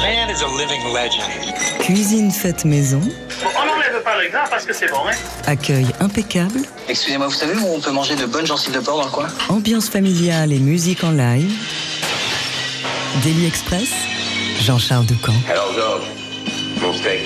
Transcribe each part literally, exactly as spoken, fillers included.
man is a living legend. Cuisine faite maison. Bon, on n'enlève pas le gras parce que c'est bon, hein. Accueil impeccable. Excusez-moi, vous savez où on peut manger de bonnes gencives de porc dans le coin? Ambiance familiale et musique en live. Daily Express, Jean-Charles Decamp. Hello, dog. Mon steak.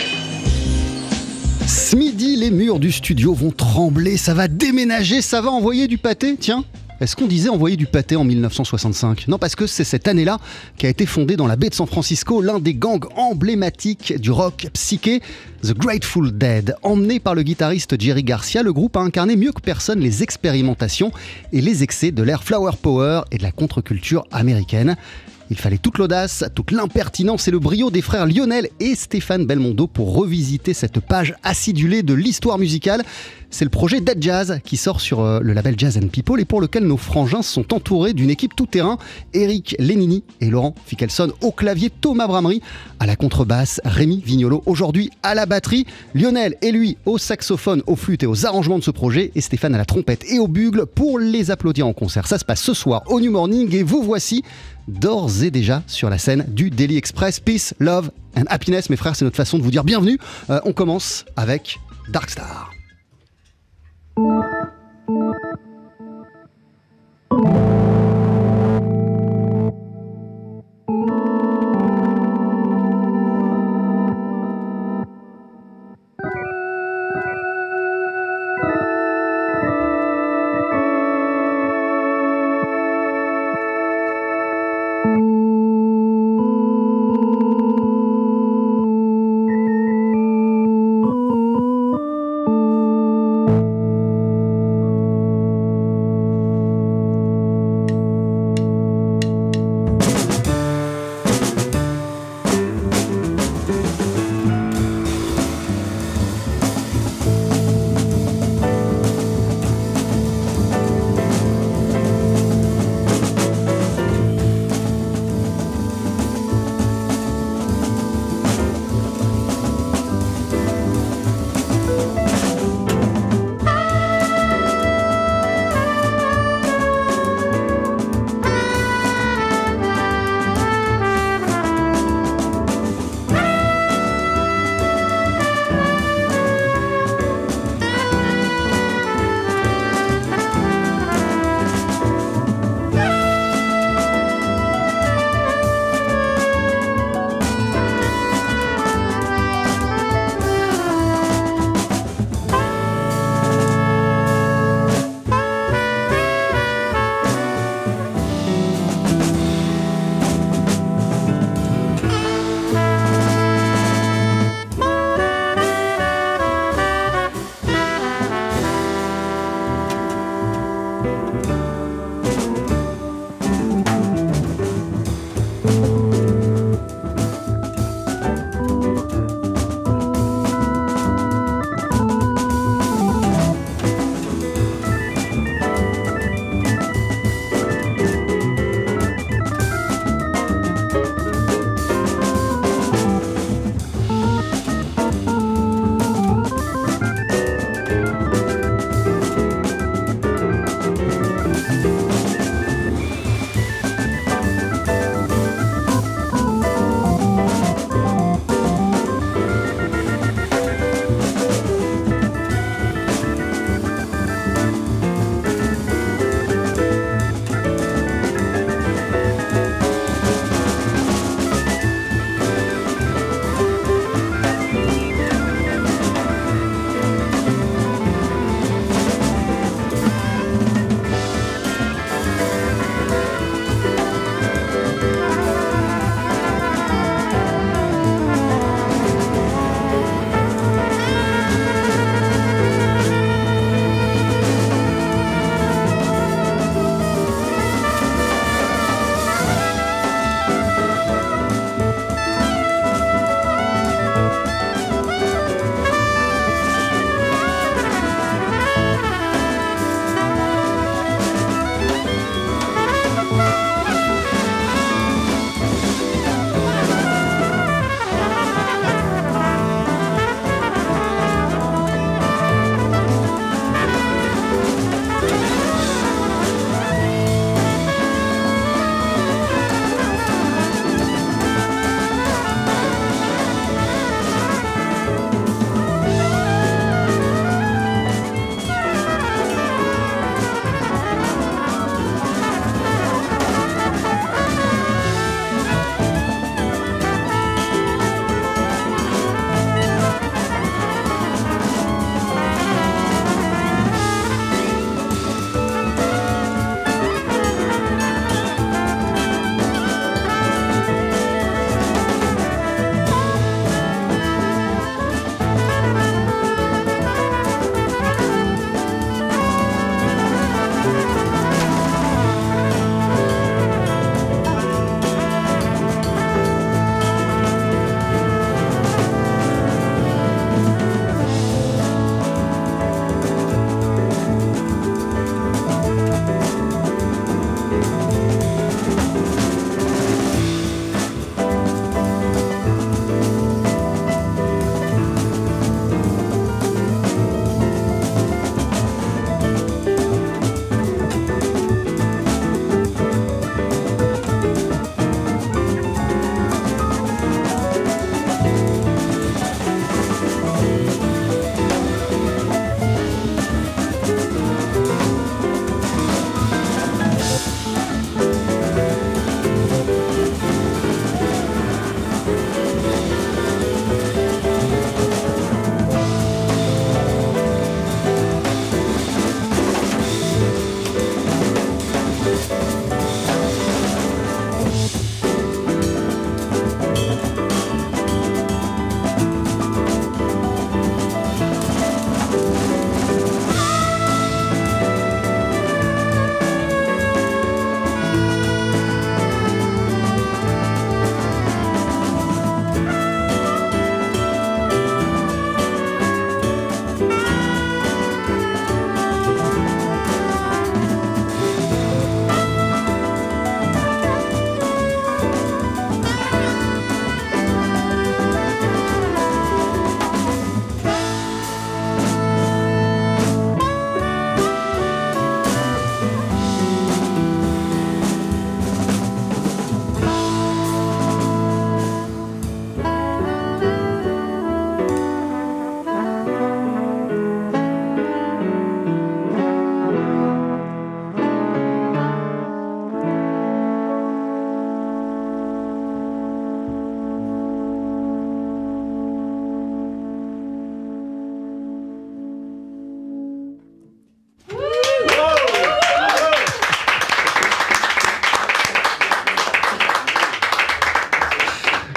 Ce midi, les murs du studio vont trembler, ça va déménager, ça va envoyer du pâté, tiens. Est-ce qu'on disait envoyer du pâté en dix-neuf cent soixante-cinq ? Non, parce que c'est cette année-là qu'a été fondé dans la baie de San Francisco l'un des gangs emblématiques du rock psyché, The Grateful Dead. Emmené par le guitariste Jerry Garcia, le groupe a incarné mieux que personne les expérimentations et les excès de l'ère Flower Power et de la contre-culture américaine. Il fallait toute l'audace, toute l'impertinence et le brio des frères Lionel et Stéphane Belmondo pour revisiter cette page acidulée de l'histoire musicale. C'est le projet Dead Jazz qui sort sur euh, le label Jazz and People et pour lequel nos frangins sont entourés d'une équipe tout-terrain. Eric Lénini et Laurent Fickelson au clavier, Thomas Bramery à la contrebasse, Rémi Vignolo aujourd'hui à la batterie, Lionel et lui au saxophone, aux flûtes et aux arrangements de ce projet et Stéphane à la trompette et au bugle pour les applaudir en concert. Ça se passe ce soir au New Morning et vous voici d'ores et déjà sur la scène du Daily Express. Peace, love and happiness, mes frères, c'est notre façon de vous dire bienvenue. Euh, on commence avec Dark Star.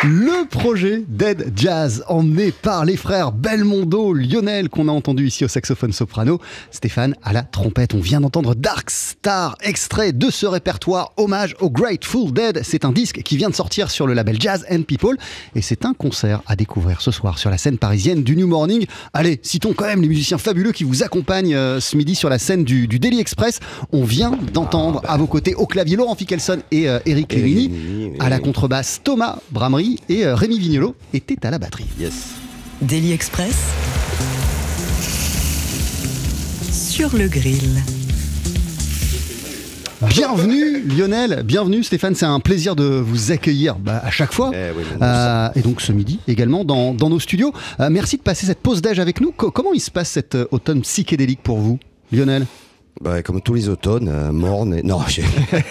Le projet Dead Jazz, emmené par les frères Belmondo, Lionel, qu'on a entendu ici au saxophone soprano, Stéphane à la trompette. On vient d'entendre Dark Star, extrait de ce répertoire, hommage au Grateful Dead. C'est un disque qui vient de sortir sur le label Jazz and People, et c'est un concert à découvrir ce soir sur la scène parisienne du New Morning. Allez, citons quand même les musiciens fabuleux qui vous accompagnent euh, ce midi sur la scène du, du Daily Express. On vient d'entendre ah, bah. à vos côtés au clavier Laurent Fickelson et euh, Eric Lévini, à la contrebasse Thomas Bramery, et euh, Rémi Vignolo était à la batterie. Yes. Daily Express sur le grill. Bienvenue Lionel, bienvenue Stéphane, c'est un plaisir de vous accueillir bah, à chaque fois, eh oui, euh, et donc ce midi également dans, dans nos studios. Euh, merci de passer cette pause déj avec nous. Co- comment il se passe cet euh, automne psychédélique pour vous, Lionel ? Bah, comme tous les automnes, euh, morne et... Non, j'ai...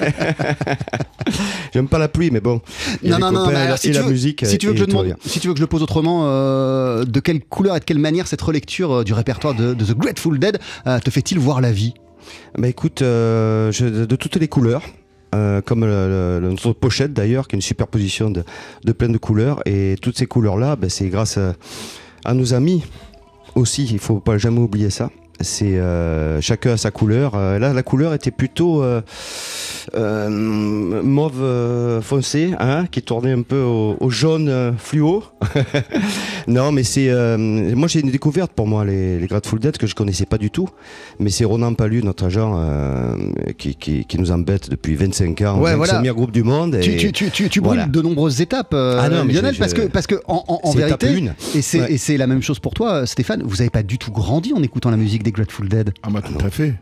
j'aime pas la pluie, mais bon. Non, non, non, mais si, et tu la veux, musique, si, tu veux que je demande, si tu veux que je le pose autrement, euh, de quelle couleur et de quelle manière cette relecture euh, du répertoire de, de The Grateful Dead euh, te fait-il voir la vie ? Bah écoute, euh, je, de toutes les couleurs. Euh, comme le, le, notre pochette d'ailleurs, qui est une superposition de, de plein de couleurs. Et toutes ces couleurs-là, bah, c'est grâce à, à nos amis aussi, il faut pas jamais oublier ça. C'est euh, chacun a sa couleur. Euh, là, la couleur était plutôt euh, euh, mauve euh, foncé, hein, qui tournait un peu au, au jaune euh, fluo. Non, mais c'est euh, moi j'ai une découverte pour moi les, les Grateful Dead que je connaissais pas du tout. Mais c'est Ronan Palu, notre agent, euh, qui, qui, qui nous embête depuis vingt-cinq ans. Ouais, voilà. C'est le meilleur groupe du monde. Et tu tu, tu, tu, tu brûles voilà. de nombreuses étapes, euh, ah non, Lionel, je, parce je, que parce que en, en, en vérité, et c'est ouais. et c'est la même chose pour toi, Stéphane. Vous avez pas du tout grandi en écoutant la musique des Grateful Dead. Ah bah tout à fait,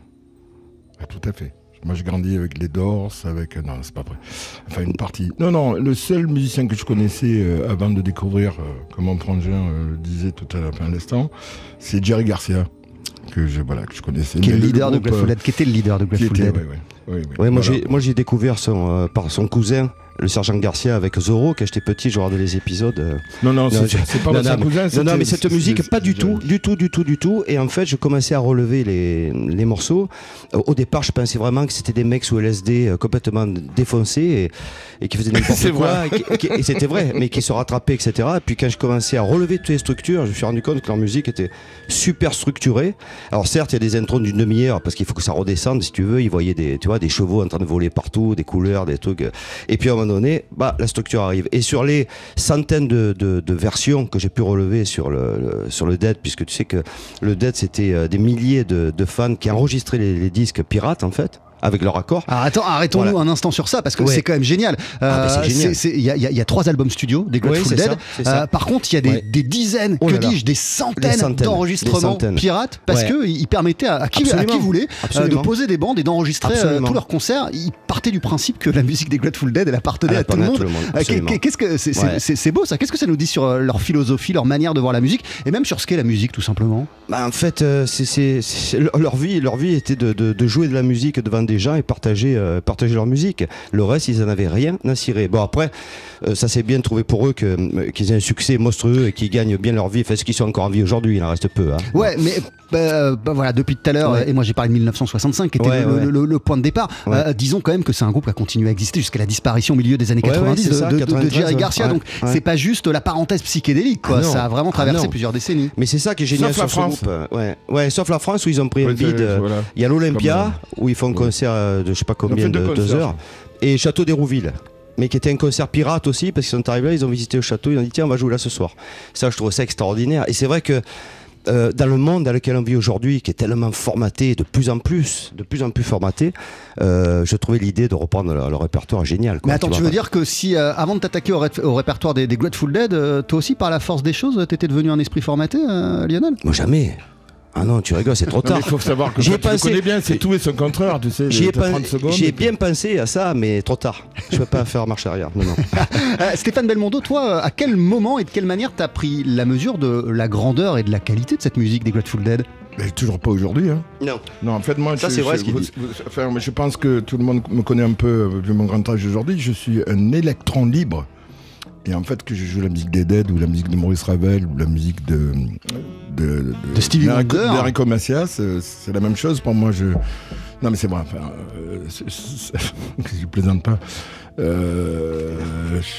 ah, tout à fait. Moi j'ai grandi avec les Doors, avec... Non, c'est pas vrai. Enfin une partie. Non, non, le seul musicien que je connaissais euh, avant de découvrir, euh, comme mon frangin euh, le disait tout à, la, à l'instant, c'est Jerry Garcia, que je, voilà, que je connaissais. Qui est le le leader groupe, de Grateful Dead, qui était le leader de Grateful était, Dead. Ouais, ouais. Oui, oui, ouais, moi, voilà. j'ai, moi j'ai découvert son, euh, par son cousin, le sergent Garcia, avec Zorro. Quand j'étais petit, je regardais les épisodes. Euh... Non, non, c'est, non, c'est, c'est pas non, votre non, cousin. Non, non, mais cette musique, c'est, pas c'est, du c'est, tout, c'est... du tout, du tout, du tout. Et en fait, je commençais à relever les, les morceaux. Au départ, je pensais vraiment que c'était des mecs sous L S D euh, complètement défoncés et, et qui faisaient n'importe c'est quoi. Vrai. Et, qui, et c'était vrai, mais qui se rattrapaient, et cetera. Et puis quand je commençais à relever toutes les structures, je me suis rendu compte que leur musique était super structurée. Alors certes, il y a des intros d'une demi-heure parce qu'il faut que ça redescende, si tu veux. Ils voyaient des, tu vois, des chevaux en train de voler partout, des couleurs, des trucs. Et puis à un moment donné, bah, la structure arrive. Et sur les centaines de, de, de versions que j'ai pu relever sur le, le, sur le Dead, puisque tu sais que le Dead, c'était euh, des milliers de, de fans qui enregistraient les, les disques pirates, en fait, avec leur accord. Alors attends, arrêtons-nous voilà. un instant sur ça parce que ouais. c'est quand même génial. Il ah, euh, y, y, y a trois albums studio des Grateful oui, Dead. Ça, c'est ça. Euh, par contre, il y a des, ouais. des dizaines, oh que dis-je, des centaines, centaines d'enregistrements centaines. pirates parce ouais. qu'ils permettaient à, à, qui, à qui voulait euh, de poser des bandes et d'enregistrer euh, tous leurs concerts. Ils partaient du principe que la musique des Grateful Dead elle appartenait à, à tout le monde. Tout le monde Qu'est-ce que c'est, ouais. c'est, c'est beau ça. Qu'est-ce que ça nous dit sur leur philosophie, leur manière de voir la musique et même sur ce qu'est la musique tout simplement? Bah en fait, euh, c'est, c'est, c'est, leur vie, leur vie était de, de, de jouer de la musique devant des gens et partager. Euh, partager leur musique. Le reste, ils en avaient rien à cirer. Bon après, euh, ça s'est bien trouvé pour eux que, euh, qu'ils aient un succès monstrueux et qu'ils gagnent bien leur vie. Enfin, ce qu'ils sont encore en vie aujourd'hui, il en reste peu. Hein. Ouais, mais bah, bah, voilà, depuis tout à l'heure, ouais. et moi j'ai parlé de mille neuf cent soixante-cinq, qui était ouais, le, ouais. le, le, le point de départ. Ouais. Euh, disons quand même que c'est un groupe qui a continué à exister jusqu'à la disparition au milieu des années quatre-vingt-dix ouais, ouais, de, ça, de, de Jerry Garcia. Ouais. Donc ouais. c'est pas juste la parenthèse psychédélique, quoi. Ah ça a vraiment traversé ah plusieurs décennies. Mais c'est ça qui est génial sauf sur ce groupe. Ouais. ouais, sauf la France où ils ont pris ouais, un bid. Voilà. Il y a l'Olympia où ils font un concert de je sais pas combien de deux heures. Et Château d'Hérouville, mais qui était un concert pirate aussi, parce qu'ils sont arrivés là, ils ont visité le château, ils ont dit tiens on va jouer là ce soir. Ça je trouve ça extraordinaire. Et c'est vrai que euh, dans le monde dans lequel on vit aujourd'hui, qui est tellement formaté, de plus en plus, de plus en plus formaté, euh, je trouvais l'idée de reprendre le, le répertoire génial. Quoi, mais attends, tu, tu veux pas... dire que si euh, avant de t'attaquer au, ré- au répertoire des, des Grateful Dead, euh, toi aussi par la force des choses, t'étais devenu un esprit formaté, euh, Lionel? Moi jamais. Ah non, tu rigoles, c'est trop tard. Il faut savoir que j'ai tu pensé... connais bien, c'est tout et son contraire, tu sais. J'ai, pen... j'ai et bien puis... pensé à ça, mais trop tard. Je ne peux pas faire marche arrière. Non, non. euh, Stéphane Belmondo, toi, à quel moment et de quelle manière t'as pris la mesure de la grandeur et de la qualité de cette musique des Grateful Dead? Mais toujours pas aujourd'hui. Hein. Non. Non, en fait, moi, ça, je, c'est vrai je, ce qu'il vous, dit. Vous, enfin, je pense que tout le monde me connaît un peu, vu mon grand âge aujourd'hui. Je suis un électron libre. Et en fait, que je joue la musique des Dead ou la musique de Maurice Ravel ou la musique de de, de, de Stevie Wonder, d'Enrico Macias, c'est la même chose pour moi. Je non mais c'est vrai. Enfin, euh, c'est, c'est... je plaisante pas. Euh,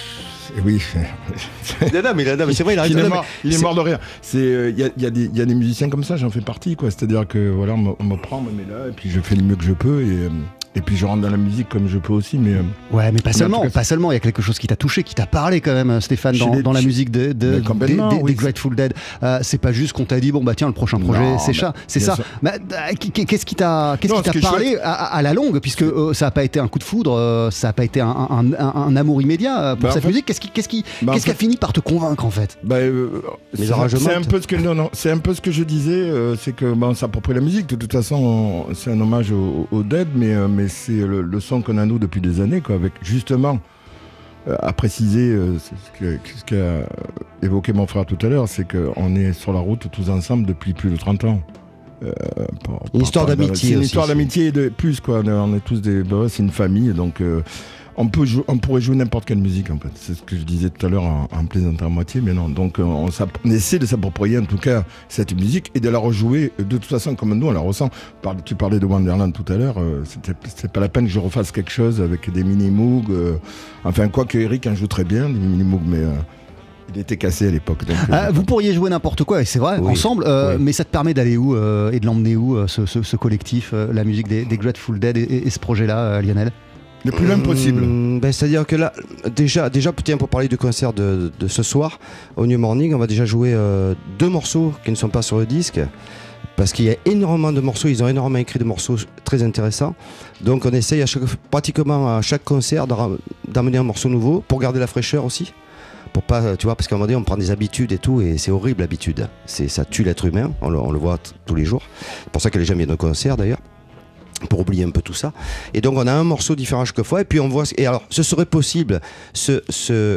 Et oui. Non, non, mais, non, mais c'est vrai, il a il, raison. est mort, il est mort de rire. Il euh, y, a, y, a y a des musiciens comme ça, j'en fais partie, quoi. C'est-à-dire que voilà, on me, on me prend, on me met là, et puis je fais le mieux que je peux, et, euh, et puis je rentre dans la musique comme je peux aussi. Mais, euh, ouais, mais pas mais seulement, cas, pas seulement. Il y a quelque chose qui t'a touché, qui t'a parlé quand même, Stéphane, dans, les, dans la musique de, de, des, des, oui, des Grateful Dead. Euh, c'est pas juste qu'on t'a dit, bon bah tiens, le prochain projet, non, c'est ça. C'est ça. Bah, qu'est-ce qui t'a, qu'est-ce non, qui t'a parlé à, à la longue, puisque euh, ça a pas été un coup de foudre, euh, ça a pas été un, un, un, un amour immédiat pour bah, cette fait, musique. Qu'est-ce qui, qu'est-ce qui, bah, qu'est-ce qui a fini par te convaincre en fait? Bah, euh, Les arrangements. C'est un peu ce que non, non, c'est un peu ce que je disais, euh, c'est que bon, on s'approprie la musique. De toute façon, on, c'est un hommage aux au Dead, mais euh, mais c'est le, le son qu'on a nous depuis des années, quoi, avec justement euh, à préciser euh, ce, que, ce qu'a évoqué mon frère tout à l'heure, c'est qu'on est sur la route tous ensemble depuis plus de trente ans. Euh, par, une histoire par, d'amitié. C'est une aussi, histoire d'amitié et de plus, quoi. On est, on est tous des, bah, c'est une famille, donc. Euh, On, peut jouer, on pourrait jouer n'importe quelle musique en fait, c'est ce que je disais tout à l'heure en, en plaisantant à moitié, mais non, donc on, on essaie de s'approprier en tout cas cette musique et de la rejouer de toute façon comme nous on la ressent. Tu parlais de Wonderland tout à l'heure, euh, c'était, c'est pas la peine que je refasse quelque chose avec des mini-moogs, euh, enfin quoi que Eric en joue très bien, des mini-moogs, mais... Euh, il était cassé à l'époque. Donc, ah, vous pourriez jouer n'importe quoi, et c'est vrai, oui, ensemble, euh, oui. Mais ça te permet d'aller où euh, et de l'emmener où euh, ce, ce, ce collectif, euh, la musique des, des Grateful Dead et, et, et ce projet-là, euh, Lionel? Le plus loin possible. Mmh, ben, c'est-à-dire que là, déjà, déjà tiens, pour parler du concert de, de ce soir, au New Morning, on va déjà jouer euh, deux morceaux qui ne sont pas sur le disque. Parce qu'il y a énormément de morceaux, ils ont énormément écrit de morceaux très intéressants. Donc on essaye à chaque, pratiquement à chaque concert d'amener un morceau nouveau pour garder la fraîcheur aussi. Pour pas, tu vois, parce qu'à un moment donné, on prend des habitudes et tout, et c'est horrible l'habitude. C'est, ça tue l'être humain, on le, on le voit t- tous les jours. C'est pour ça que les gens viennent au concert d'ailleurs. Pour oublier un peu tout ça. Et donc on a un morceau différent à chaque fois et puis on voit... Et alors ce serait possible, ce, ce, euh,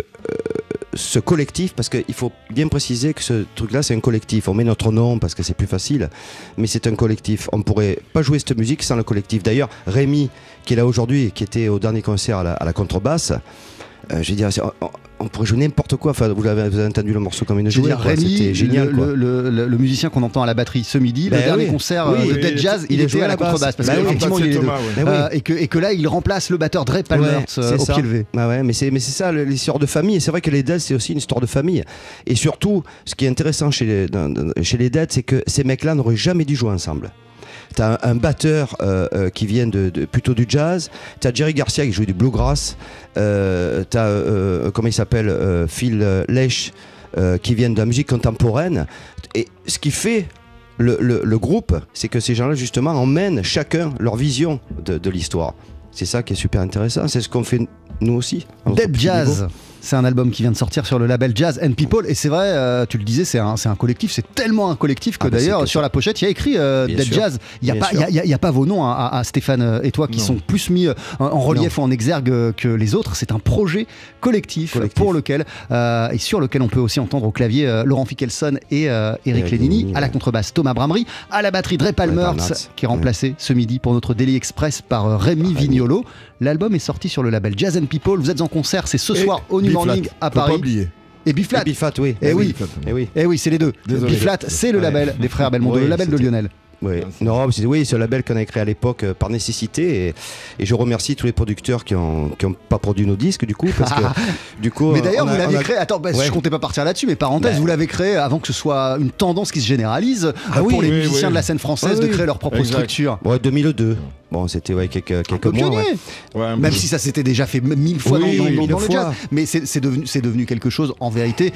ce collectif, parce qu'il faut bien préciser que ce truc-là c'est un collectif. On met notre nom parce que c'est plus facile, mais c'est un collectif. On ne pourrait pas jouer cette musique sans le collectif. D'ailleurs, Rémi, qui est là aujourd'hui, qui était au dernier concert à la, à la contrebasse, euh, je veux dire... On, on pourrait jouer n'importe quoi. Enfin, vous avez, vous avez entendu le morceau comme il jouait. C'était génial. Le, le, le, le musicien qu'on entend à la batterie ce midi, ben le dernier oui. concert oui, de Dead Jazz, il, il était à la contrebasse parce bah qu'effectivement oui, il est les deux. Ouais. Euh, et, que, et que là, il remplace le batteur Dre Palmer ouais, euh, au ça. pied levé. Bah ouais, mais c'est mais c'est ça l'histoire de famille. Et c'est vrai que les Dead, c'est aussi une histoire de famille. Et surtout, ce qui est intéressant chez les, dans, dans, chez les Dead, c'est que ces mecs-là n'auraient jamais dû jouer ensemble. T'as un, un batteur euh, euh, qui vient de, de, plutôt du jazz, t'as Jerry Garcia qui joue du bluegrass, euh, t'as, euh, comment il s'appelle, euh, Phil Lesh euh, qui vient de la musique contemporaine. Et ce qui fait le, le, le groupe, c'est que ces gens-là justement emmènent chacun leur vision de, de l'histoire. C'est ça qui est super intéressant, c'est ce qu'on fait nous aussi. Dead Jazz niveau. C'est un album qui vient de sortir sur le label Jazz and People et c'est vrai, euh, tu le disais, c'est un, c'est un collectif, c'est tellement un collectif que ah bah d'ailleurs sur la pochette il y a écrit euh, Dead sûr. Jazz. Il n'y a, a, a pas vos noms à, à Stéphane et toi qui non. sont plus mis en, en relief non. ou en exergue que les autres. C'est un projet collectif, collectif. pour lequel euh, et sur lequel on peut aussi entendre au clavier euh, Laurent Fickelson et euh, Eric Lénini, Lénini, à la contrebasse Thomas Bramery, à la batterie Dre Palmer qui est remplacé ouais. ce midi pour notre Daily Express par euh, Rémi ah, Vignolo. L'album est sorti sur le label Jazz and People. Vous êtes en concert, c'est ce et soir au New Morning à Paris. Oublier. Et Biflat. Et Biflat, oui. Et, et oui. Et oui. Et oui, c'est les deux. Désolé. Biflat, c'est le label ouais. des frères Belmondo, oui, le label c'était... de Lionel. Oui, non, c'est, oui, c'est un label qu'on a créé à l'époque euh, par nécessité et, et je remercie tous les producteurs qui n'ont qui ont pas produit nos disques du coup. Parce que, du coup mais d'ailleurs, vous a, l'avez a... créé, attends, bah, ouais. je comptais pas partir là-dessus, mais parenthèse, bah. vous l'avez créé avant que ce soit une tendance qui se généralise ah, pour oui, les oui, musiciens oui. de la scène française ah, de créer oui. leur propre exact. structure. Ouais, deux mille deux. Bon, c'était ouais, quelques, quelques mois. Ouais. Ouais, Même si ça s'était déjà fait mille fois oui, dans, dans, dans, dans le jazz. Mais c'est, c'est, devenu, c'est devenu quelque chose, en vérité,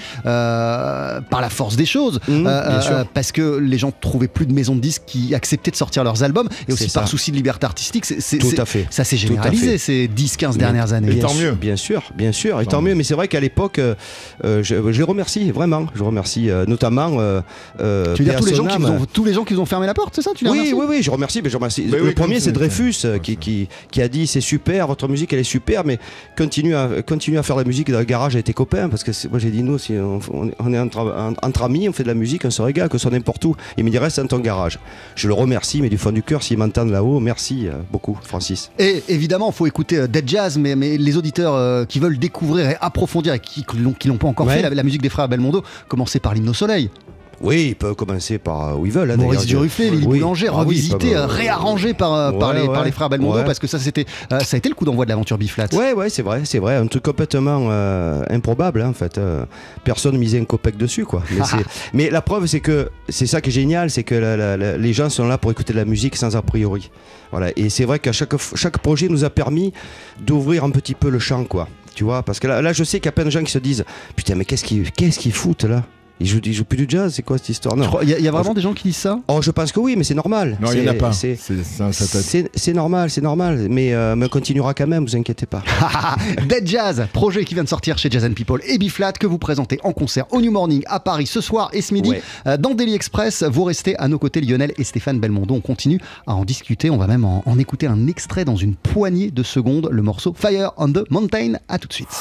euh, par la force des choses. Mmh, euh, euh, parce que les gens trouvaient plus de maisons de disques qui acceptaient de sortir leurs albums. Et aussi par souci de liberté artistique. C'est, c'est, Tout c'est, à fait. Ça s'est généralisé ces dix quinze dernières années. Et tant mieux. Bien sûr, bien sûr. Et tant mieux. Mais c'est vrai qu'à l'époque, euh, je, je les remercie, vraiment. Je remercie euh, notamment. Euh, euh, tu veux dire tous les, gens qui vous ont, tous les gens qui vous ont fermé la porte, c'est ça tu les Oui, oui, oui, je remercie. Mais je remercie. Mais le oui, premier, c'est Dreyfus qui. Qui, qui a dit c'est super, votre musique elle est super, mais continue à, continue à faire de la musique dans le garage avec tes copains, parce que moi j'ai dit nous, si on, on est entre, entre amis, on fait de la musique, on se régale, que ce soit n'importe où. Il me dit reste dans ton garage. Je le remercie, mais du fond du cœur, s'ils m'entendent là-haut, merci euh, beaucoup, Francis. Et évidemment, il faut écouter euh, Dead Jazz, mais, mais les auditeurs euh, qui veulent découvrir et approfondir et qui, qui, l'ont, qui l'ont pas encore ouais. fait, la, la musique des frères Belmondo, commencez par l'Hymne au Soleil. Oui, ils peuvent commencer par euh, où ils veulent. Hein, Maurice d'ailleurs. Duruflé, Lily Oui. Boulanger, Ah oui, revisité, ils peuvent, euh, euh, réarrangé par, euh, par, ouais, les, ouais. par les frères Belmondo, Ouais. parce que ça, c'était, euh, ça a été le coup d'envoi de l'aventure Biflat. Ouais, ouais, c'est vrai, c'est vrai. Un truc complètement euh, improbable, hein, en fait. Euh, personne misait un copec dessus, quoi. Mais, c'est- mais la preuve, c'est que c'est ça qui est génial, c'est que la- la- la- les gens sont là pour écouter de la musique sans a priori. Voilà. Et c'est vrai qu'à chaque, f- chaque projet nous a permis d'ouvrir un petit peu le champ, quoi. Tu vois, parce que là, là, je sais qu'il y a plein de gens qui se disent putain, mais qu'est-ce qu'ils qu'est-ce qu'ils foutent là? Ils jouent, ils jouent plus du jazz, c'est quoi cette histoire? Non. Il y, a- y a vraiment des gens qui disent ça? Oh, je pense que oui, mais c'est normal. Non, il n'y en a C'est- pas. C'est, C'est c'est un sa tête. c'est, c'est normal, c'est normal. Mais, euh, mais on continuera quand même, vous inquiétez pas. Dead Jazz, projet qui vient de sortir chez Jazz and People et Biflat, que vous présentez en concert au New Morning à Paris ce soir et ce midi. Ouais. Euh, Dans Daily Express, vous restez à nos côtés, Lionel et Stéphane Belmondo. On continue à en discuter. On va même en, en écouter un extrait dans une poignée de secondes, le morceau Fire on the Mountain. À tout de suite.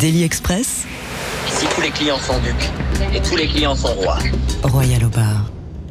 Daily Express, Ici, tous les clients sont ducs et tous les clients sont rois. Royal au bar.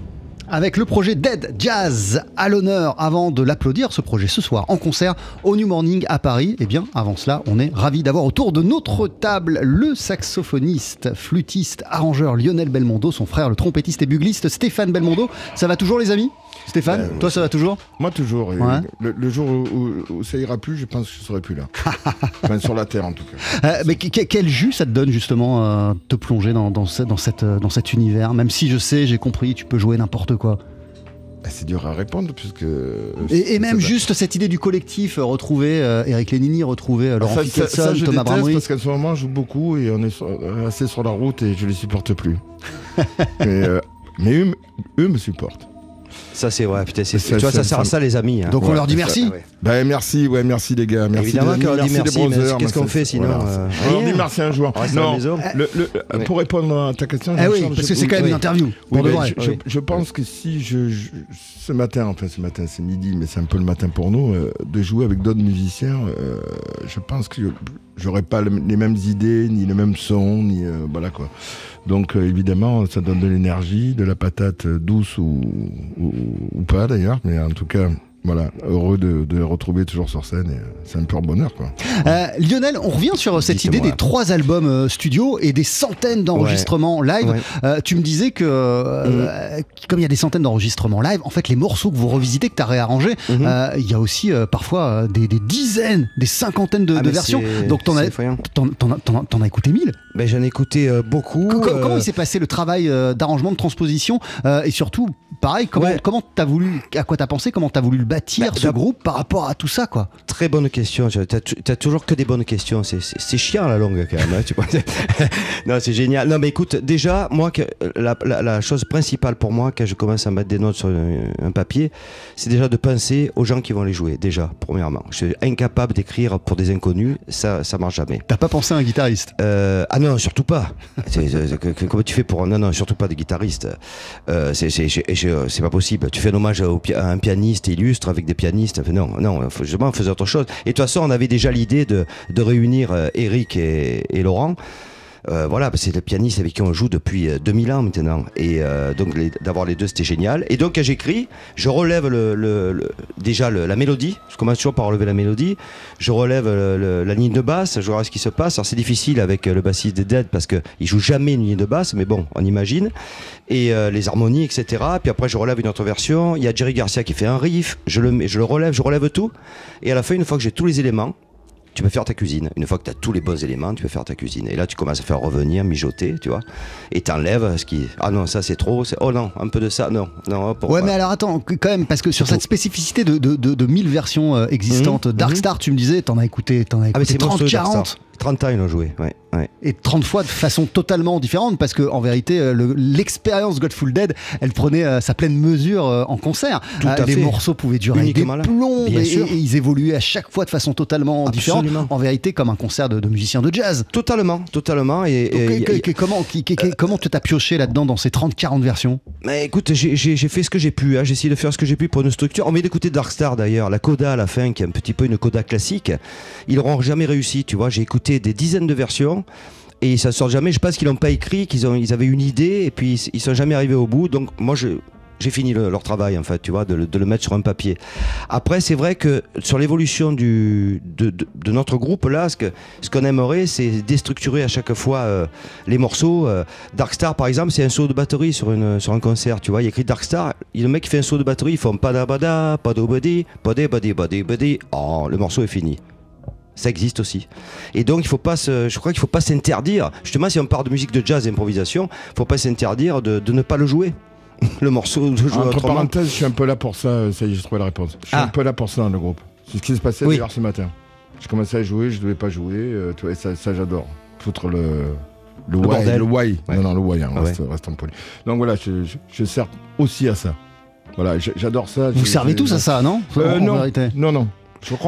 Avec le projet Dead Jazz à l'honneur, avant de l'applaudir, ce projet ce soir en concert au New Morning à Paris. Et bien avant cela, on est ravis d'avoir autour de notre table le saxophoniste, flûtiste, arrangeur Lionel Belmondo, son frère le trompettiste et bugliste Stéphane Belmondo. Ça va toujours les amis ? Stéphane, euh, toi ça va toujours ? Moi toujours. Ouais. Le, le jour où, où, où ça ira plus, je pense que je serai plus là. Enfin, sur la terre en tout cas. Euh, mais que, quel jus ça te donne justement euh, te plonger dans, dans, ce, dans, cette, dans cet univers ? Même si je sais, j'ai compris, tu peux jouer n'importe quoi. Bah, c'est dur à répondre puisque... Et, et même juste cette idée du collectif, euh, retrouver euh, Eric Lénini, retrouver euh, Laurent Fickelson, Thomas Bramry. Parce qu'à ce moment, je joue beaucoup et on est sur, assez sur la route et je les supporte plus. mais, euh, mais eux, eux me supportent. Ça c'est vrai, putain, c'est, ça, tu vois, ça, ça sert à ça les amis. Hein. Donc ouais, on leur dit merci. Ça, ouais. Bah merci, ouais, merci les gars. Merci évidemment les amis, qu'on dit merci, les mais brothers, qu'est-ce qu'on fait sinon voilà, euh, on leur dit merci un jour. Non, le, le, oui. Pour répondre à ta question, ah oui, Charles, parce je, que c'est quand même oui, une interview. Oui, pour de bah, vrai. je, oui. je, je pense que si je, je ce matin, enfin ce matin c'est midi, mais c'est un peu le matin pour nous, euh, de jouer avec d'autres musiciens, euh, je pense que j'aurais pas les mêmes idées, ni le même son, ni euh, voilà quoi. Donc euh, évidemment, ça donne de l'énergie, de la patate douce ou, ou, ou pas d'ailleurs, mais en tout cas, voilà, heureux de, de les retrouver toujours sur scène, et c'est un pur bonheur quoi. Euh, Lionel, on revient sur cette Dites-moi. idée des trois albums euh, studio et des centaines d'enregistrements ouais. live. Ouais. Euh, tu me disais que euh, mm. comme il y a des centaines d'enregistrements live, en fait les morceaux que vous revisitez, que tu as réarrangés, il mm-hmm. euh, y a aussi euh, parfois euh, des, des dizaines, des cinquantaines de, ah, de versions. C'est, Donc t'en as, t'en, t'en, t'en, t'en as écouté mille. Ben, j'en ai écouté euh, beaucoup. C- euh... Comment il s'est passé le travail euh, d'arrangement, de transposition euh, et surtout, pareil, comment, ouais. comment t'as voulu, à quoi t'as pensé, comment t'as voulu le bâtir bah, ce groupe par rapport à tout ça quoi. Très bonne question. T'as, t'as toujours que des bonnes questions. C'est, c'est, c'est chiant à la longue quand même. Hein, tu vois. Non, c'est génial. Non, mais écoute, déjà, moi, que, la, la, la chose principale pour moi, quand je commence à mettre des notes sur un, un papier, c'est déjà de penser aux gens qui vont les jouer. Déjà, premièrement, je suis incapable d'écrire pour des inconnus. Ça, ça marche jamais. T'as pas pensé à un guitariste euh, Ah non, surtout pas. c'est, c'est, c'est, comment tu fais pour non, non, surtout pas de guitariste. Euh, c'est, c'est, c'est, c'est pas possible. Tu fais un hommage au, à un pianiste illustre avec des pianistes. Enfin, non, non, justement, on faisait autre chose. Et de toute façon, on avait déjà l'idée de, de réunir euh, Eric et, et Laurent. Euh, voilà, c'est le pianiste avec qui on joue depuis euh, deux mille ans maintenant. Et euh, donc, les, d'avoir les deux, c'était génial. Et donc, quand j'écris, je relève le, le, le, déjà le, la mélodie. Je commence toujours par relever la mélodie. Je relève le, le, la ligne de basse. Je vois ce qui se passe. Alors, c'est difficile avec le bassiste des Dead parce qu'il ne joue jamais une ligne de basse, mais bon, on imagine. Et euh, les harmonies, et cetera. Puis après, je relève une autre version. Il y a Jerry Garcia qui fait un riff. Je le, je le relève, je relève tout. Et à la fin, une fois que j'ai tous les éléments, tu peux faire ta cuisine. Une fois que tu as tous les bons éléments, tu peux faire ta cuisine. Et là, tu commences à faire revenir, mijoter, tu vois. Et t'enlèves ce qui... Ah non, ça c'est trop. C'est... Oh non, un peu de ça, non. non hop, ouais, mais alors attends, quand même, parce que sur cette spécificité de, de, de, de mille versions euh, existantes, mmh, Darkstar, mmh. tu me disais, t'en as écouté, t'en as écouté ah, trente, quarante. trente ans, ils l'ont joué, ouais. ouais. Et trente fois de façon totalement différente, parce qu'en vérité, le, l'expérience Grateful Dead, elle prenait euh, sa pleine mesure euh, en concert. Tout à euh, les fait. morceaux pouvaient durer Uniquement des plombs, et, et, et ils évoluaient à chaque fois de façon totalement Absolument. différente. En vérité, comme un concert de, de musiciens de jazz. Totalement, totalement. Et, Donc, et, et, et, et, comment, qui, qui, euh, comment tu t'as pioché là-dedans dans ces trente, quarante versions? Mais écoute, j'ai, j'ai, j'ai fait ce que j'ai pu. Hein. J'ai essayé de faire ce que j'ai pu pour une structure. On vient d'écouter Darkstar d'ailleurs, la coda à la fin, qui est un petit peu une coda classique. Ils n'auront jamais réussi, tu vois. J'ai écouté des dizaines de versions. Et ça sort jamais. Je pense qu'ils l'ont pas écrit, qu'ils ont, ils avaient une idée et puis ils sont jamais arrivés au bout. Donc moi, je, j'ai fini le, leur travail en fait, tu vois, de, de le mettre sur un papier. Après, c'est vrai que sur l'évolution du, de, de, de notre groupe là, ce, que, ce qu'on aimerait, c'est déstructurer à chaque fois euh, les morceaux. Euh, Darkstar, par exemple, c'est un solo de batterie sur une sur un concert. Tu vois, il y a écrit Darkstar. Le mec qui fait un solo de batterie, ils font pada bada, pada badi, badi badi badi badi. Oh, le morceau est fini. Ça existe aussi. Et donc, il faut pas se, je crois qu'il ne faut pas s'interdire. Justement, si on parle de musique de jazz et improvisation, il ne faut pas s'interdire de, de ne pas le jouer. Le morceau de jouer Entre autrement. parenthèses, je suis un peu là pour ça. Ça y est, j'ai trouvé la réponse. Je suis ah. un peu là pour ça dans le groupe. C'est ce qui se passait oui. d'ailleurs ce matin. Je commençais à jouer, je ne devais pas jouer. Euh, tu vois, ça, ça, j'adore. Foutre le. Le, le why, le why. Ouais. Non, non, le why, hein, ah reste, ouais. reste en poli. Donc voilà, je, je, je sers aussi à ça. Voilà, j'adore ça. Vous je, servez je, tous je... à ça, non euh, en non, vérité. non, non, je crois pas.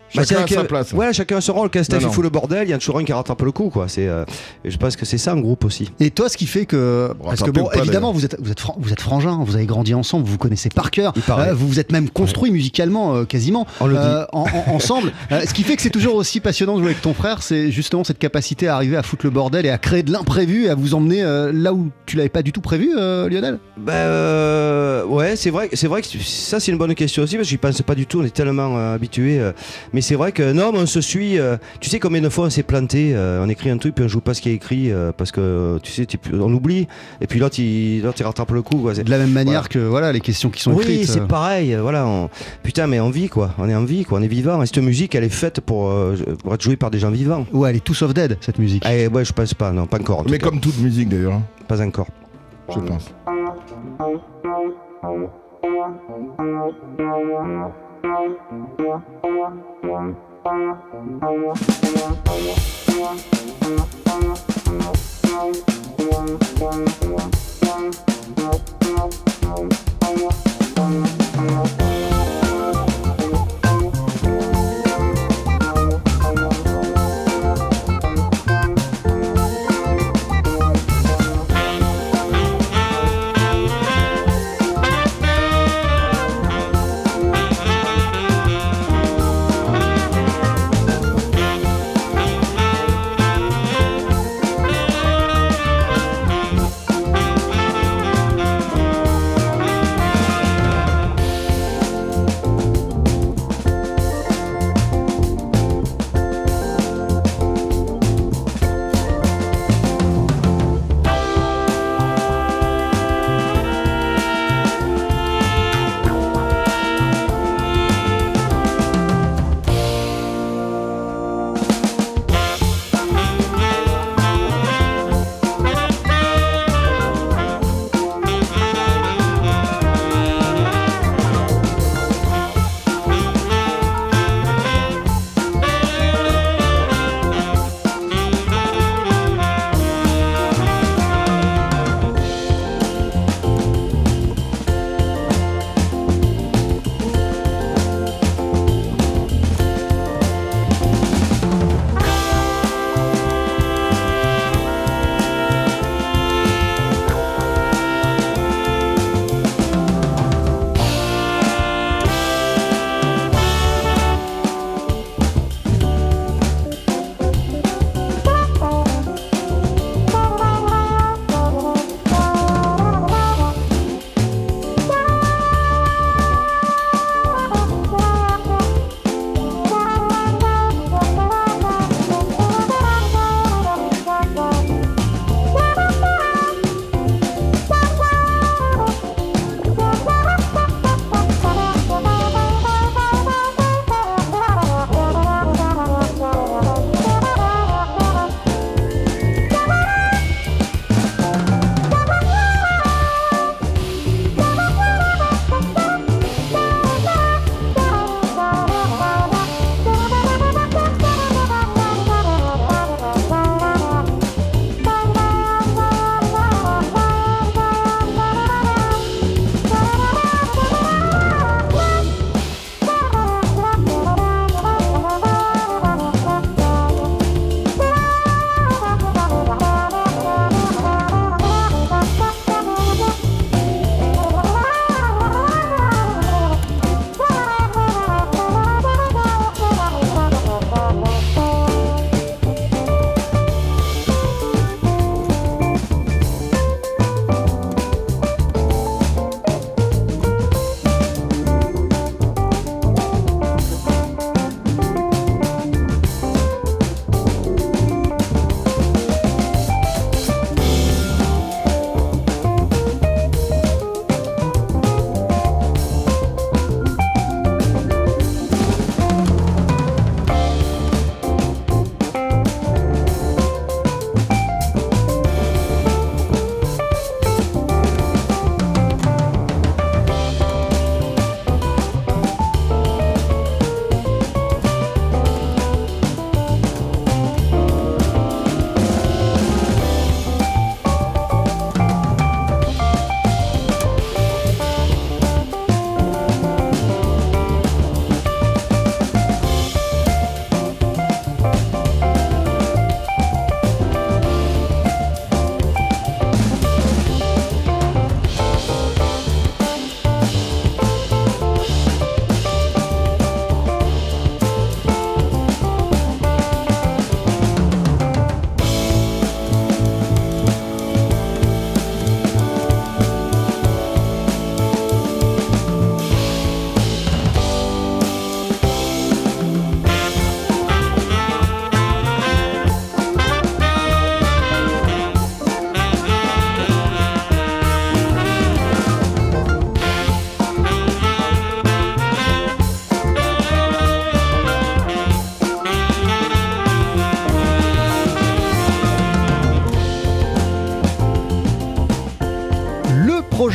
Bah, Chacun a que- sa place. Voilà, chacun a son rôle. Quand Steph Non, il non. fout le bordel, il y a toujours un qui rattrape le coup, quoi. C'est, euh, et je pense que c'est ça un groupe aussi. Et toi, ce qui fait que. Bon, Parce que, rattrapez bon, ou pas, évidemment, vous êtes, vous, êtes fran- vous êtes frangins, vous avez grandi ensemble, vous vous connaissez par cœur, Il paraît. euh, vous vous êtes même construit musicalement euh, quasiment On le dit. euh, en- en- ensemble. Euh, ce qui fait que c'est toujours aussi passionnant de jouer avec ton frère, c'est justement cette capacité à arriver à foutre le bordel et à créer de l'imprévu et à vous emmener euh, là où tu l'avais pas du tout prévu, euh, Lionel. Bah euh, ouais, c'est vrai, c'est vrai que ça c'est une bonne question aussi parce que j'y pense pas du tout. On est tellement euh, habitués, euh, mais c'est vrai que non, mais on se suit. euh, tu sais combien de fois on s'est planté, euh, on écrit un truc puis on joue pas ce qui est écrit euh, parce que tu sais, t'es plus- on oublie et puis l'autre il, l'autre il rattrape le coup. Quoi. C'est- De la même manière Voilà. que voilà les questions qui sont Oui, écrites. c'est euh, pareil. euh, Voilà, on- putain, mais on vit quoi. On est en vie quoi. On est vivant. Et cette musique, elle est faite pour, euh, pour être jouée par des gens vivants. Ouais, elle est tout sauf dead cette musique. Eh, ouais, je pense pas. Non, pas encore. en tout Mais cas. comme toute musique d'ailleurs, hein, Pas encore. je pense.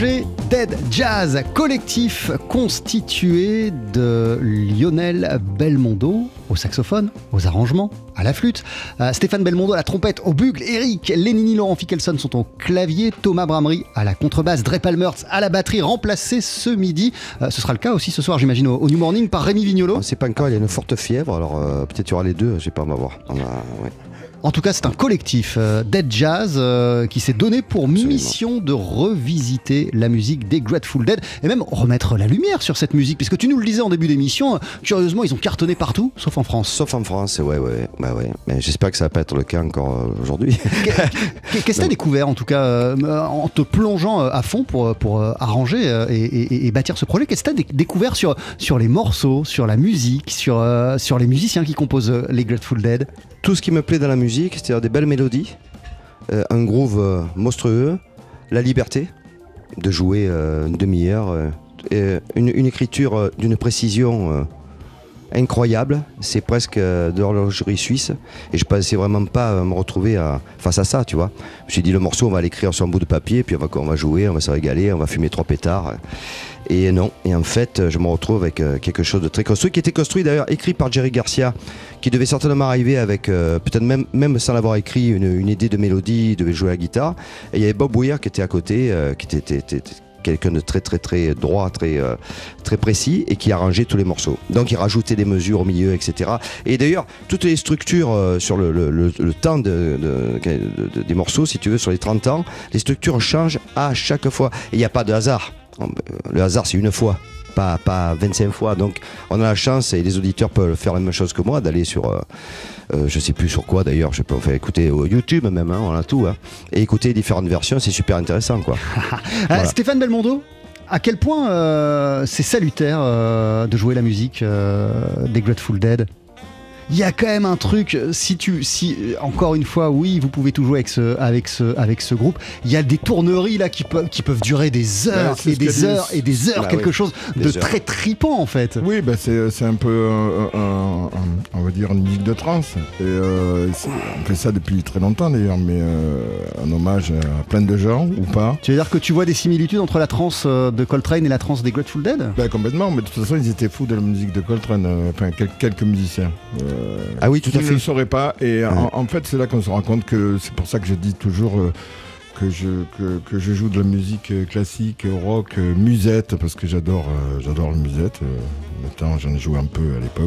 projet Dead Jazz, collectif constitué de Lionel Belmondo au saxophone, aux arrangements, à la flûte, euh, Stéphane Belmondo à la trompette, au bugle, Eric Lénini, Laurent Fickelson sont au clavier, Thomas Bramery à la contrebasse, Dre Palmertz à la batterie, remplacé ce midi. Euh, ce sera le cas aussi ce soir, j'imagine, au, au New Morning par Rémi Vignolo. On sait pas encore, il y a une forte fièvre, alors euh, peut-être il y aura les deux, je sais pas, on va voir. On va, ouais. En tout cas, c'est un collectif, euh, Dead Jazz, euh, qui s'est donné pour Absolument. mission de revisiter la musique des Grateful Dead et même remettre la lumière sur cette musique, puisque tu nous le disais en début d'émission, euh, curieusement, ils ont cartonné partout, sauf en France. Sauf en France, ouais, ouais, ouais, ouais. Mais j'espère que ça va pas être le cas encore euh, aujourd'hui. Qu'est-ce que tu as découvert, en tout cas, euh, en te plongeant euh, à fond pour, pour euh, arranger euh, et, et, et bâtir ce projet? Qu'est-ce que tu as dé- découvert sur, sur les morceaux, sur la musique, sur, euh, sur les musiciens qui composent euh, les Grateful Dead? Tout ce qui me plaît dans la musique, c'est-à-dire des belles mélodies, euh, un groove euh, monstrueux, la liberté de jouer euh, une demi-heure, euh, et une, une écriture euh, d'une précision euh, incroyable. C'est presque euh, de l'horlogerie suisse. Et je pensais vraiment pas euh, me retrouver à, face à ça, tu vois. Je me suis dit, le morceau, on va l'écrire sur un bout de papier, puis on va, on va jouer, on va se régaler, on va fumer trois pétards. Et non, et en fait, je me retrouve avec euh, quelque chose de très construit, qui était construit d'ailleurs, écrit par Jerry Garcia, qui devait certainement arriver avec, euh, peut-être même, même sans l'avoir écrit, une, une idée de mélodie, il devait jouer à la guitare. Et il y avait Bob Weir qui était à côté, euh, qui était, était, était quelqu'un de très très très droit, très, euh, très précis, et qui arrangeait tous les morceaux. Donc il rajoutait des mesures au milieu, et cetera. Et d'ailleurs, toutes les structures euh, sur le, le, le, le temps de, de, de, de, des morceaux, si tu veux, sur les trente ans, les structures changent à chaque fois. Et il n'y a pas de hasard. Le hasard, c'est une fois, pas, pas vingt-cinq fois. Donc, on a la chance, et les auditeurs peuvent faire la même chose que moi, d'aller sur, euh, euh, je sais plus sur quoi d'ailleurs, je peux faire écouter au YouTube même, hein, on a tout, hein, et écouter différentes versions, c'est super intéressant, quoi. Voilà. euh, Stéphane Belmondo, à quel point euh, c'est salutaire euh, de jouer la musique euh, des Grateful Dead? Il y a quand même un truc, si tu, si encore une fois, oui, vous pouvez tout jouer avec ce, avec ce, avec ce groupe. Il y a des tourneries là qui peuvent, qui peuvent durer des heures ouais, et des heures et des heures, bah, quelque oui. chose Des de heures. très tripant en fait. Oui, bah c'est, c'est un peu, euh, un, un- on va dire, une musique de trance. Et euh, c'est- on fait ça depuis très longtemps d'ailleurs, mais euh, un hommage à plein de gens, ou pas. Tu veux dire que tu vois des similitudes entre la trance euh, de Coltrane et la trance des Grateful Dead? Bah, complètement, mais de toute façon, ils étaient fous de la musique de Coltrane, euh, enfin, quel- quelques musiciens. Euh, Ah oui, tout à Ils ne fait. le sauraient pas, et en, en fait, c'est là qu'on se rend compte que c'est pour ça que je dis toujours euh, que, je, que, que je joue de la musique euh, classique, rock, euh, musette, parce que j'adore, euh, j'adore la musette. Euh, maintenant, j'en ai joué un peu à l'époque.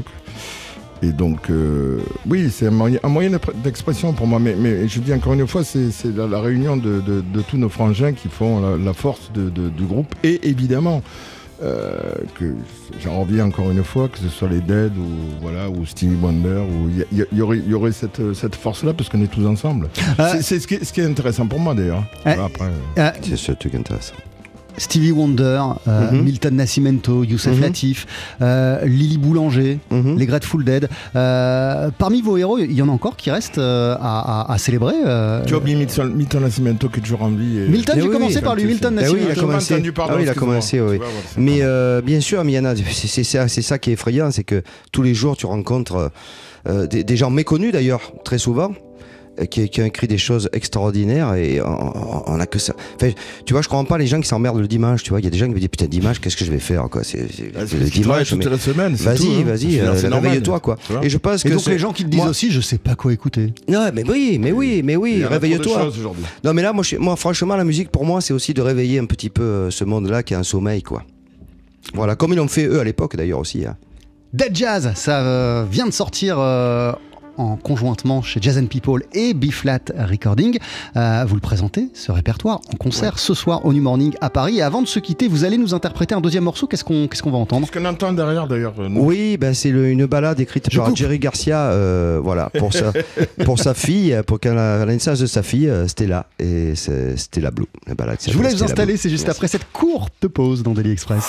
Et donc, euh, oui, c'est un moyen, un moyen d'expression pour moi. Mais, mais je dis encore une fois, c'est, c'est la, la réunion de, de, de tous nos frangins qui font la, la force de, de, du groupe. Et évidemment, euh, que j'en reviens encore une fois, que ce soit les Dead ou, voilà, ou Stevie Wonder, il y, y, y aurait, y aurait cette, cette force-là parce qu'on est tous ensemble. Euh, c'est c'est ce, qui est, ce qui est intéressant pour moi d'ailleurs. Euh, Voilà, après, Euh, C'est ce truc intéressant. Stevie Wonder, euh, Mhm. Milton Nascimento, Youssef Mhm. Latif, euh, Lily Boulanger, Mhm. les Grateful Dead. Euh, parmi vos héros, il y en a encore qui restent euh, à, à- à célébrer. euh. tu as oublié Milton, Milton Nascimento qui est toujours en vie. Et... Milton, Eh j'ai oui, commencé oui. par lui, Milton Eh oui, il a Nascimento. commencé. entendu parler, Ah oui, il a excuse-moi. commencé, oui. Tu vois, voilà, c'est Mais pas- euh, bien sûr, mais il y en a, c'est, c'est, ça- c'est ça qui est effrayant, c'est que tous les jours tu rencontres euh, des, des gens méconnus d'ailleurs, très souvent, euh, qui, qui ont écrit des choses extraordinaires et on, on a que ça. Enfin, tu vois, je comprends pas les gens qui s'emmerdent le dimanche, tu vois, il y a des gens qui me disent putain dimanche, qu'est-ce que je vais faire quoi, c'est, c'est, Ah, c'est c'est le ce qui travaille dimanche, toute mais la semaine. c'est vas-y, tout, hein. vas-y, Je veux dire, euh, c'est normal. réveille-toi quoi. Tu vois. Et je pense Et que donc c'est- les gens qui te disent moi- aussi, je sais pas quoi écouter. Non, mais oui, mais oui, mais oui, Il y en a trop de réveille-toi. choses aujourd'hui. Non mais là, moi, je- moi, franchement, la musique pour moi, c'est aussi de réveiller un petit peu euh, ce monde-là qui est en sommeil, quoi. Voilà, comme ils l'ont fait eux à l'époque d'ailleurs aussi. Hein. Dead Jazz, ça euh, vient de sortir euh, en conjointement chez Jazz and People et B-Flat Recording. Euh, vous le présentez, ce répertoire, en concert Ouais. ce soir au New Morning à Paris. Et avant de se quitter, vous allez nous interpréter un deuxième morceau. Qu'est-ce qu'on, qu'est-ce qu'on va entendre? Ce qu'on entend derrière d'ailleurs. euh, nous. Oui, ben c'est le- une balade écrite Je par coupe. Jerry Garcia, euh, voilà, pour sa, pour sa fille, pour qu'à la, à la naissance de sa fille, euh, Stella, et c'est Stella Blue, la balade. Je vous laisse vous Stella installer, Blue. c'est juste Merci. après cette courte pause dans Daily Express.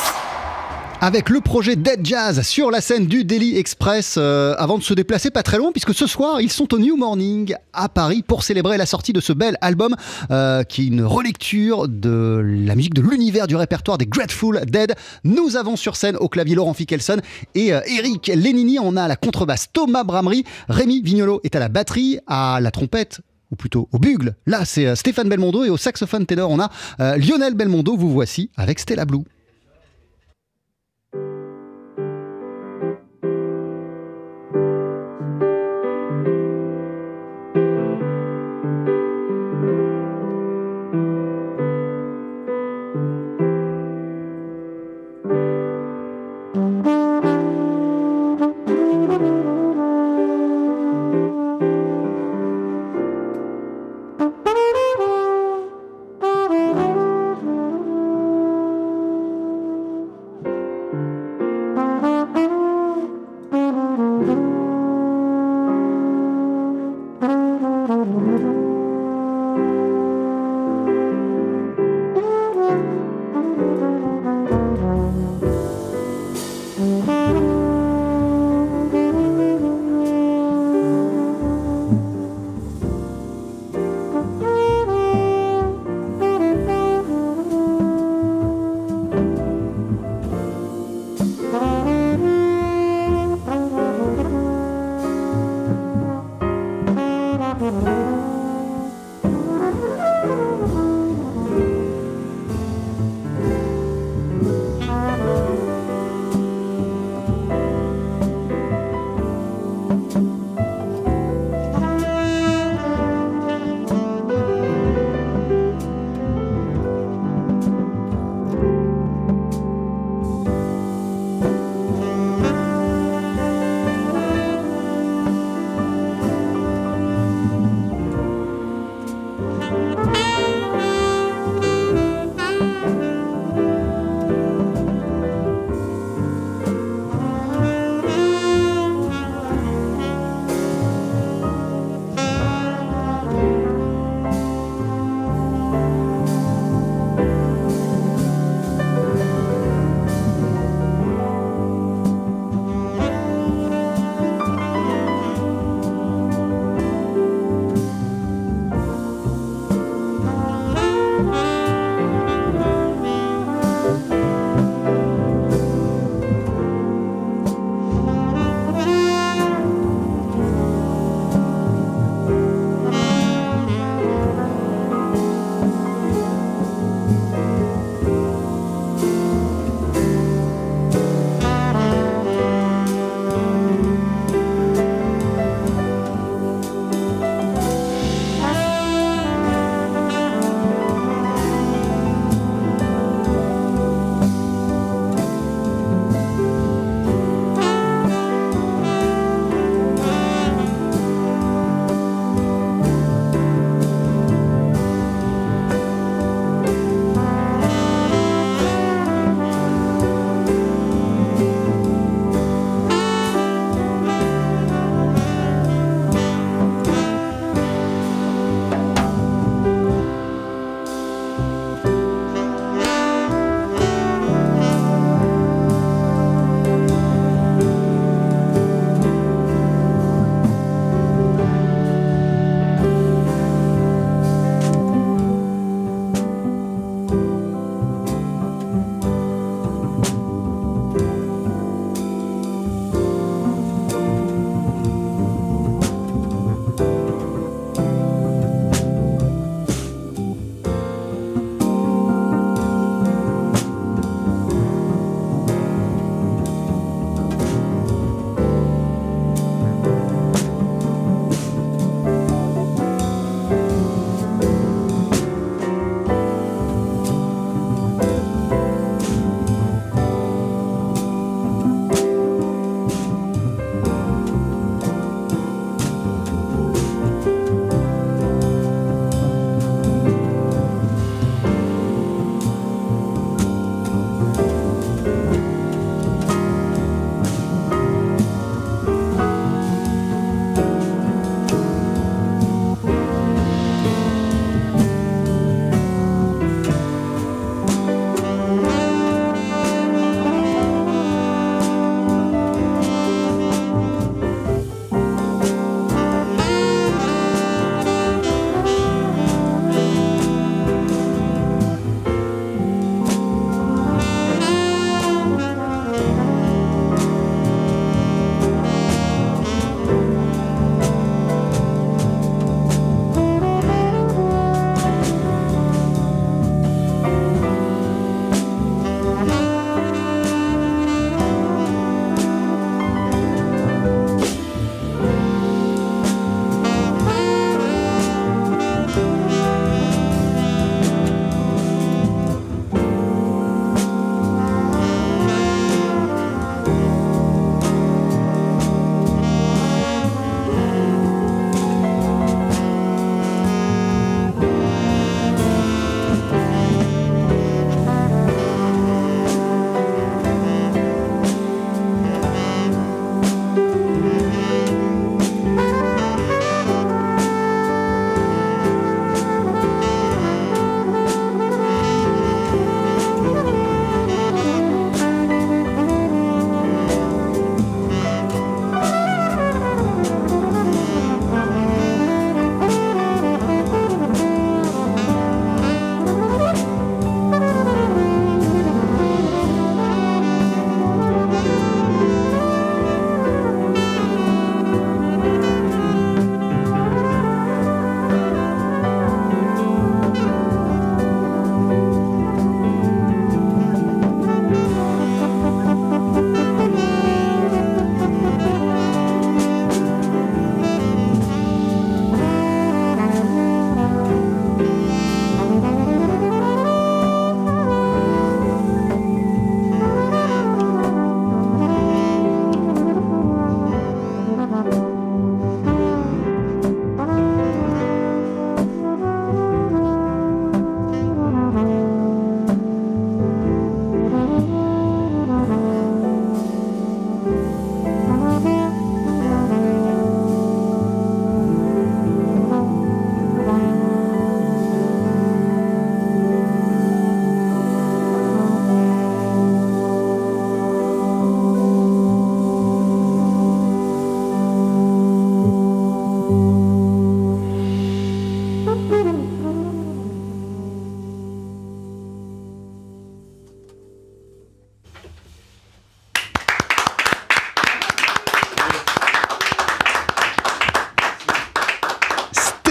Avec le projet Dead Jazz sur la scène du Daily Express, euh, avant de se déplacer pas très loin, puisque ce soir, ils sont au New Morning à Paris pour célébrer la sortie de ce bel album, euh, qui est une relecture de la musique de l'univers du répertoire des Grateful Dead. Nous avons sur scène au clavier Laurent Fickelson et euh, Eric Lénini. On a à la contrebasse Thomas Bramery, Rémi Vignolo est à la batterie, à la trompette ou plutôt au bugle. Là, c'est euh, Stéphane Belmondo et au saxophone ténor, on a euh, Lionel Belmondo. Vous voici avec Stella Blue.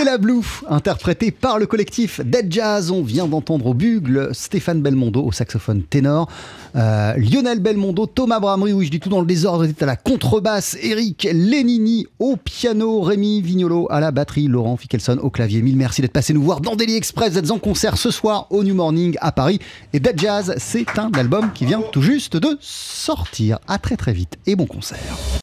Ella Blue, interprétée par le collectif Dead Jazz. On vient d'entendre au bugle Stéphane Belmondo au saxophone ténor, euh, Lionel Belmondo, Thomas Bramery, oui je dis tout dans le désordre, était à la contrebasse, Eric Lénini au piano, Rémi Vignolo à la batterie, Laurent Fickelson au clavier. Mille merci d'être passé nous voir dans Daily Express. Vous êtes en concert ce soir au New Morning à Paris. Et Dead Jazz, c'est un album qui vient tout juste de sortir. À très très vite et bon concert.